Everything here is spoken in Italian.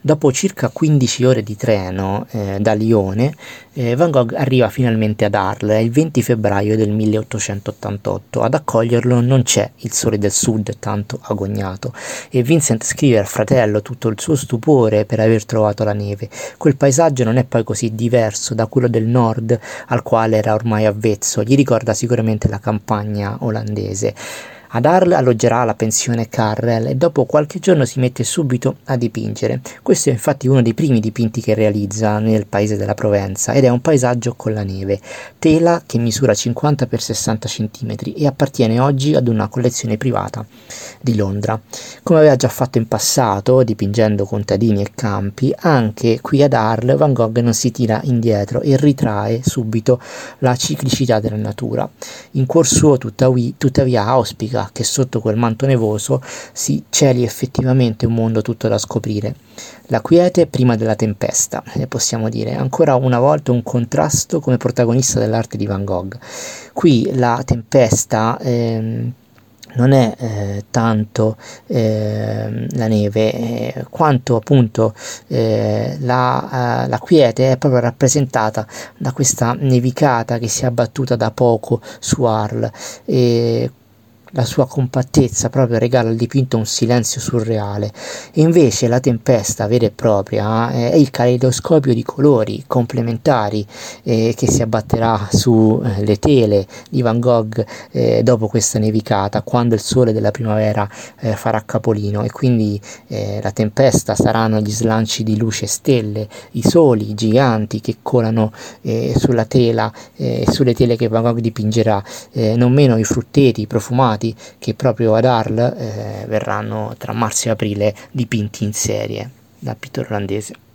Dopo circa 15 ore di treno da Lione, Van Gogh arriva finalmente ad Arles il 20 febbraio del 1888. Ad accoglierlo non c'è il Sole del Sud, tanto agognato, e Vincent scrive al fratello tutto il suo stupore per aver trovato la neve. Quel paesaggio non è poi così diverso da quello del nord al quale era ormai avvezzo, gli ricorda sicuramente la campagna olandese. Ad Arles alloggerà la pensione Carrel e dopo qualche giorno si mette subito a dipingere. Questo è infatti uno dei primi dipinti che realizza nel paese della Provenza ed è un paesaggio con la neve, tela che misura 50 x 60 cm e appartiene oggi ad una collezione privata di Londra. Come aveva già fatto in passato, dipingendo contadini e campi, anche qui ad Arles Van Gogh non si tira indietro e ritrae subito la ciclicità della natura. In cuor suo tuttavia auspica che sotto quel manto nevoso si celi effettivamente un mondo tutto da scoprire. La quiete prima della tempesta, possiamo dire, ancora una volta un contrasto come protagonista dell'arte di Van Gogh. Qui la tempesta non è tanto la neve, quanto appunto la quiete è proprio rappresentata da questa nevicata che si è abbattuta da poco su Arles, e la sua compattezza proprio regala al dipinto un silenzio surreale. E invece la tempesta vera e propria è il caleidoscopio di colori complementari che si abbatterà sulle tele di Van Gogh dopo questa nevicata, quando il sole della primavera farà capolino, e quindi la tempesta saranno gli slanci di luce e stelle, i soli giganti che colano sulla tela, sulle tele che Van Gogh dipingerà, non meno i frutteti profumati che proprio ad Arles verranno tra marzo e aprile dipinti in serie dal pittore olandese.